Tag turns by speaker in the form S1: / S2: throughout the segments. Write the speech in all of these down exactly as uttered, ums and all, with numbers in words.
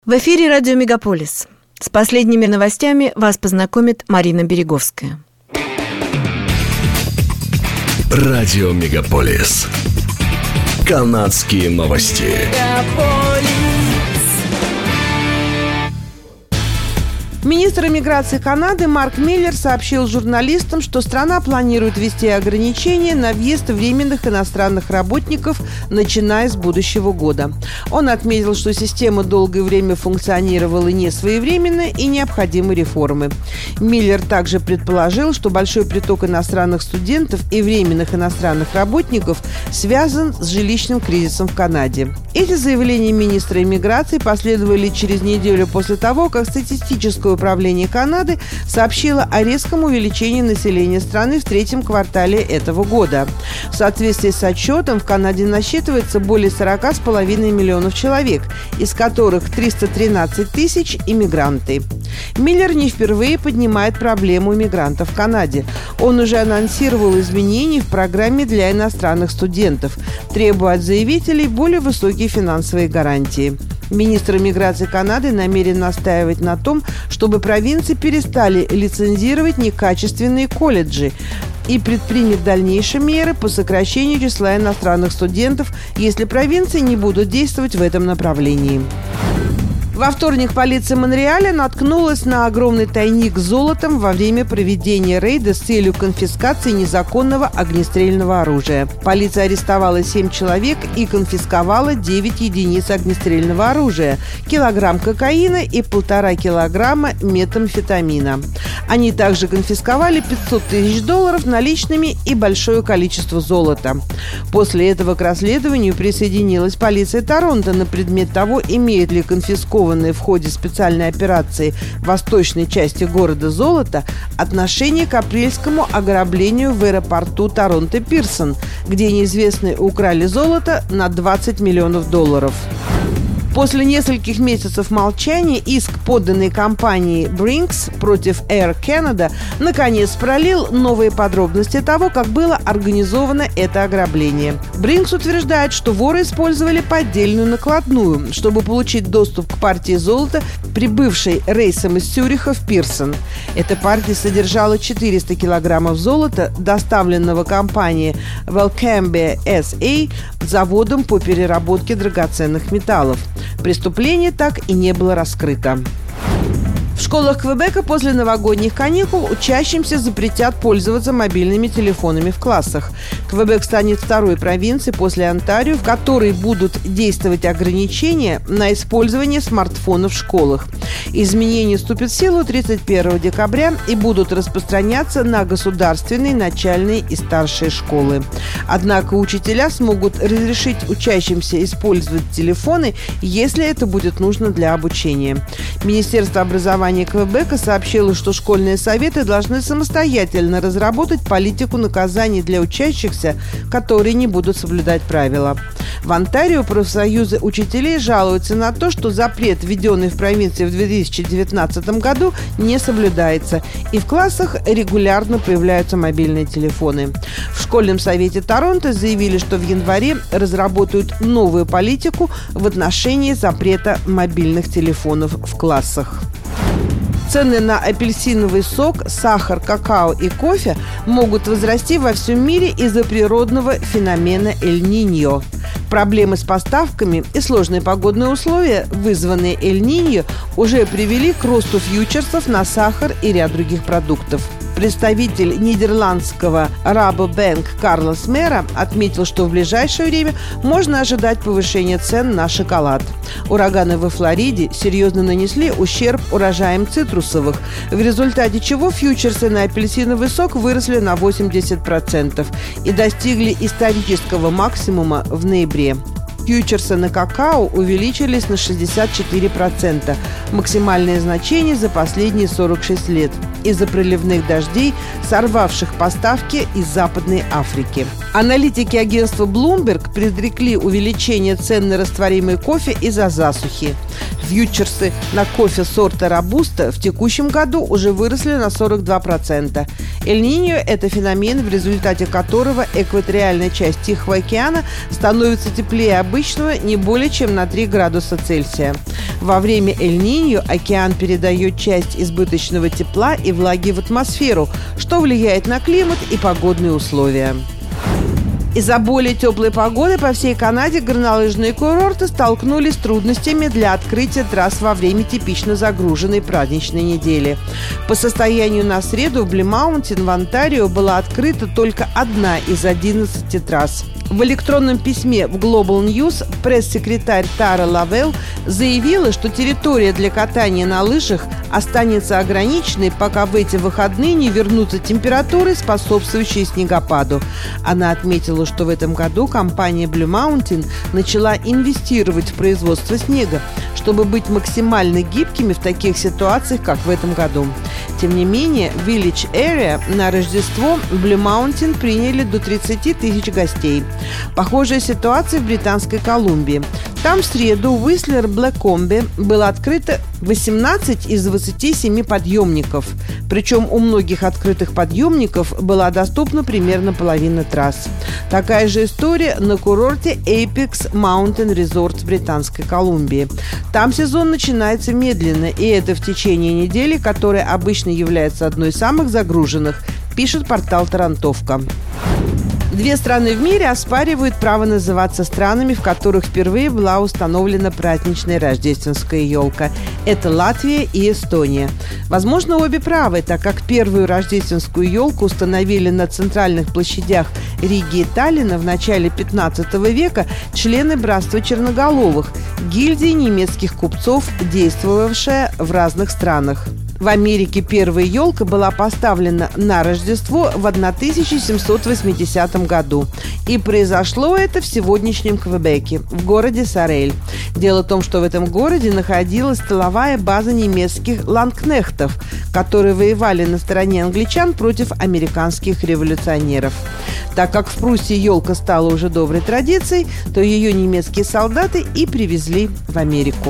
S1: В эфире радио «Мегаполис». С последними новостями вас познакомит Марина Береговская.
S2: Радио «Мегаполис». Канадские новости.
S3: Министр иммиграции Канады Марк Миллер сообщил журналистам, что страна планирует ввести ограничения на въезд временных иностранных работников, начиная с будущего года. Он отметил, что система долгое время функционировала несвоевременно и необходимы реформы. Миллер также предположил, что большой приток иностранных студентов и временных иностранных работников связан с жилищным кризисом в Канаде. Эти заявления министра иммиграции последовали через неделю после того, как статистическое управление Канады сообщило о резком увеличении населения страны в третьем квартале этого года. В соответствии с отчетом, в Канаде насчитывается более сорок с половиной миллионов человек, из которых триста тринадцать тысяч – иммигранты. Миллер не впервые поднимает проблему иммигрантов в Канаде. Он уже анонсировал изменения в программе для иностранных студентов, требуя от заявителей более высокие финансовые гарантии. Министр иммиграции Канады намерен настаивать на том, чтобы провинции перестали лицензировать некачественные колледжи и предпринять дальнейшие меры по сокращению числа иностранных студентов, если провинции не будут действовать в этом направлении. Во вторник полиция Монреаля наткнулась на огромный тайник с золотом во время проведения рейда с целью конфискации незаконного огнестрельного оружия. Полиция арестовала семь человек и конфисковала девять единиц огнестрельного оружия, килограмм кокаина и полтора килограмма метамфетамина. Они также конфисковали пятьсот тысяч долларов наличными и большое количество золота. После этого к расследованию присоединилась полиция Торонто на предмет того, имеет ли конфискованные в ходе специальной операции в восточной части города золото отношение к апрельскому ограблению в аэропорту Торонто-Пирсон, где неизвестные украли золото на двадцать миллионов долларов. После нескольких месяцев молчания иск, поданный компанией Brinks против Air Canada, наконец пролил новые подробности того, как было организовано это ограбление. Brinks утверждает, что воры использовали поддельную накладную, чтобы получить доступ к партии золота, прибывшей рейсом из Цюриха в Пирсон. Эта партия содержала четыреста килограммов золота, доставленного компанией Welcome эс эй заводом по переработке драгоценных металлов. Преступление так и не было раскрыто. В школах Квебека после новогодних каникул учащимся запретят пользоваться мобильными телефонами в классах. Квебек станет второй провинцией после Онтарио, в которой будут действовать ограничения на использование смартфонов в школах. Изменения вступят в силу тридцать первого декабря и будут распространяться на государственные начальные и старшие школы. Однако учителя смогут разрешить учащимся использовать телефоны, если это будет нужно для обучения. Министерство образования Квебека сообщило, что школьные советы должны самостоятельно разработать политику наказаний для учащихся, которые не будут соблюдать правила. В Онтарио профсоюзы учителей жалуются на то, что запрет, введенный в провинции в две тысячи девятнадцатом году, не соблюдается, и в классах регулярно появляются мобильные телефоны. В школьном совете Торонто заявили, что в январе разработают новую политику в отношении запрета мобильных телефонов в классах. Цены на апельсиновый сок, сахар, какао и кофе могут возрасти во всем мире из-за природного феномена Эль-Ниньо. Проблемы с поставками и сложные погодные условия, вызванные Эль-Ниньо, уже привели к росту фьючерсов на сахар и ряд других продуктов. Представитель нидерландского Rabobank Карлос Мера отметил, что в ближайшее время можно ожидать повышения цен на шоколад. Ураганы во Флориде серьезно нанесли ущерб урожаям цитрусовых, в результате чего фьючерсы на апельсиновый сок выросли на восемьдесят процентов и достигли исторического максимума в ноябре. Фьючерсы на какао увеличились на шестьдесят четыре процента, максимальное значение за последние сорок шесть лет, из-за проливных дождей, сорвавших поставки из Западной Африки. Аналитики агентства Bloomberg предрекли увеличение цен на растворимый кофе из-за засухи. Фьючерсы на кофе сорта робуста в текущем году уже выросли на сорок два процента. Эль-Ниньо – это феномен, в результате которого экваториальная часть Тихого океана становится теплее обычного не более чем на три градуса Цельсия. Во время Эль-Ниньо океан передает часть избыточного тепла и влаги в атмосферу, что влияет на климат и погодные условия. Из-за более теплой погоды по всей Канаде горнолыжные курорты столкнулись с трудностями для открытия трасс во время типично загруженной праздничной недели. По состоянию на среду в Блю-Маунтин в Онтарио была открыта только одна из одиннадцати трасс. В электронном письме в Global News пресс-секретарь Тара Лавелл заявила, что территория для катания на лыжах останется ограниченной, пока в эти выходные не вернутся температуры, способствующие снегопаду. Она отметила, что в этом году компания Blue Mountain начала инвестировать в производство снега, чтобы быть максимально гибкими в таких ситуациях, как в этом году. Тем не менее, в Village Area на Рождество Blue Mountain приняли до тридцати тысяч гостей. Похожая ситуация в Британской Колумбии. Там в среду в Whistler Blackcomb было открыто восемнадцать из двадцати семи подъемников. Причем у многих открытых подъемников была доступна примерно половина трасс. Такая же история на курорте Apex Mountain Resort в Британской Колумбии. Там сезон начинается медленно, и это в течение недели, которая обычно является одной из самых загруженных, пишет портал «Тарантовка». Две страны в мире оспаривают право называться странами, в которых впервые была установлена праздничная рождественская елка. Это Латвия и Эстония. Возможно, обе правы, так как первую рождественскую елку установили на центральных площадях Риги и Таллина в начале пятнадцатого века члены Братства Черноголовых, гильдии немецких купцов, действовавшая в разных странах. В Америке первая елка была поставлена на Рождество в тысяча семьсот восьмидесятом году. И произошло это в сегодняшнем Квебеке, в городе Сорель. Дело в том, что в этом городе находилась тыловая база немецких ландкнехтов, которые воевали на стороне англичан против американских революционеров. Так как в Пруссии елка стала уже доброй традицией, то ее немецкие солдаты и привезли в Америку.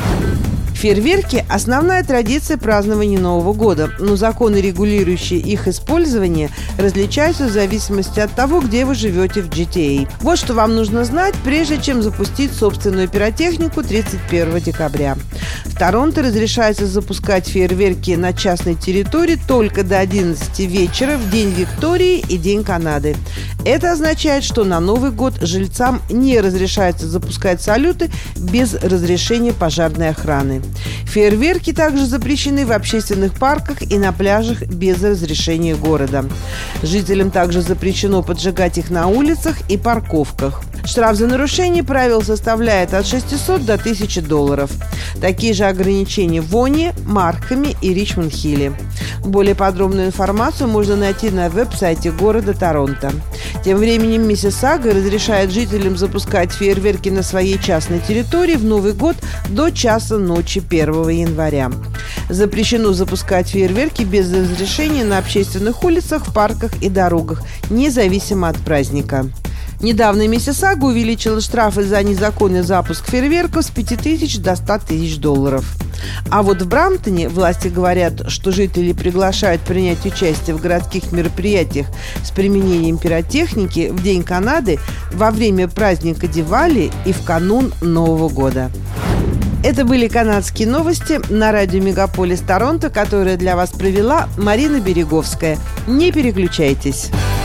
S3: Фейерверки – основная традиция празднования Нового года, но законы, регулирующие их использование, различаются в зависимости от того, где вы живете в джи ти эй. Вот что вам нужно знать, прежде чем запустить собственную пиротехнику тридцать первого декабря. В Торонто разрешается запускать фейерверки на частной территории только до одиннадцати вечера в День Виктории и День Канады. Это означает, что на Новый год жильцам не разрешается запускать салюты без разрешения пожарной охраны. Фейерверки также запрещены в общественных парках и на пляжах без разрешения города. Жителям также запрещено поджигать их на улицах и парковках. Штраф за нарушение правил составляет от шестисот до тысячи долларов. Такие же ограничения в Воне, Маркхаме и Ричмонд-Хилле. Более подробную информацию можно найти на веб-сайте города Торонто. Тем временем Миссисага разрешает жителям запускать фейерверки на своей частной территории в Новый год до часа ночи первого января. Запрещено запускать фейерверки без разрешения на общественных улицах, парках и дорогах, независимо от праздника. Недавно Миссисага увеличила штрафы за незаконный запуск фейерверков с пяти тысяч до ста тысяч долларов. А вот в Брамптоне власти говорят, что жители приглашают принять участие в городских мероприятиях с применением пиротехники в День Канады, во время праздника Дивали и в канун Нового года. Это были канадские новости на радио Мегаполис Торонто, которые для вас провела Марина Береговская. Не переключайтесь.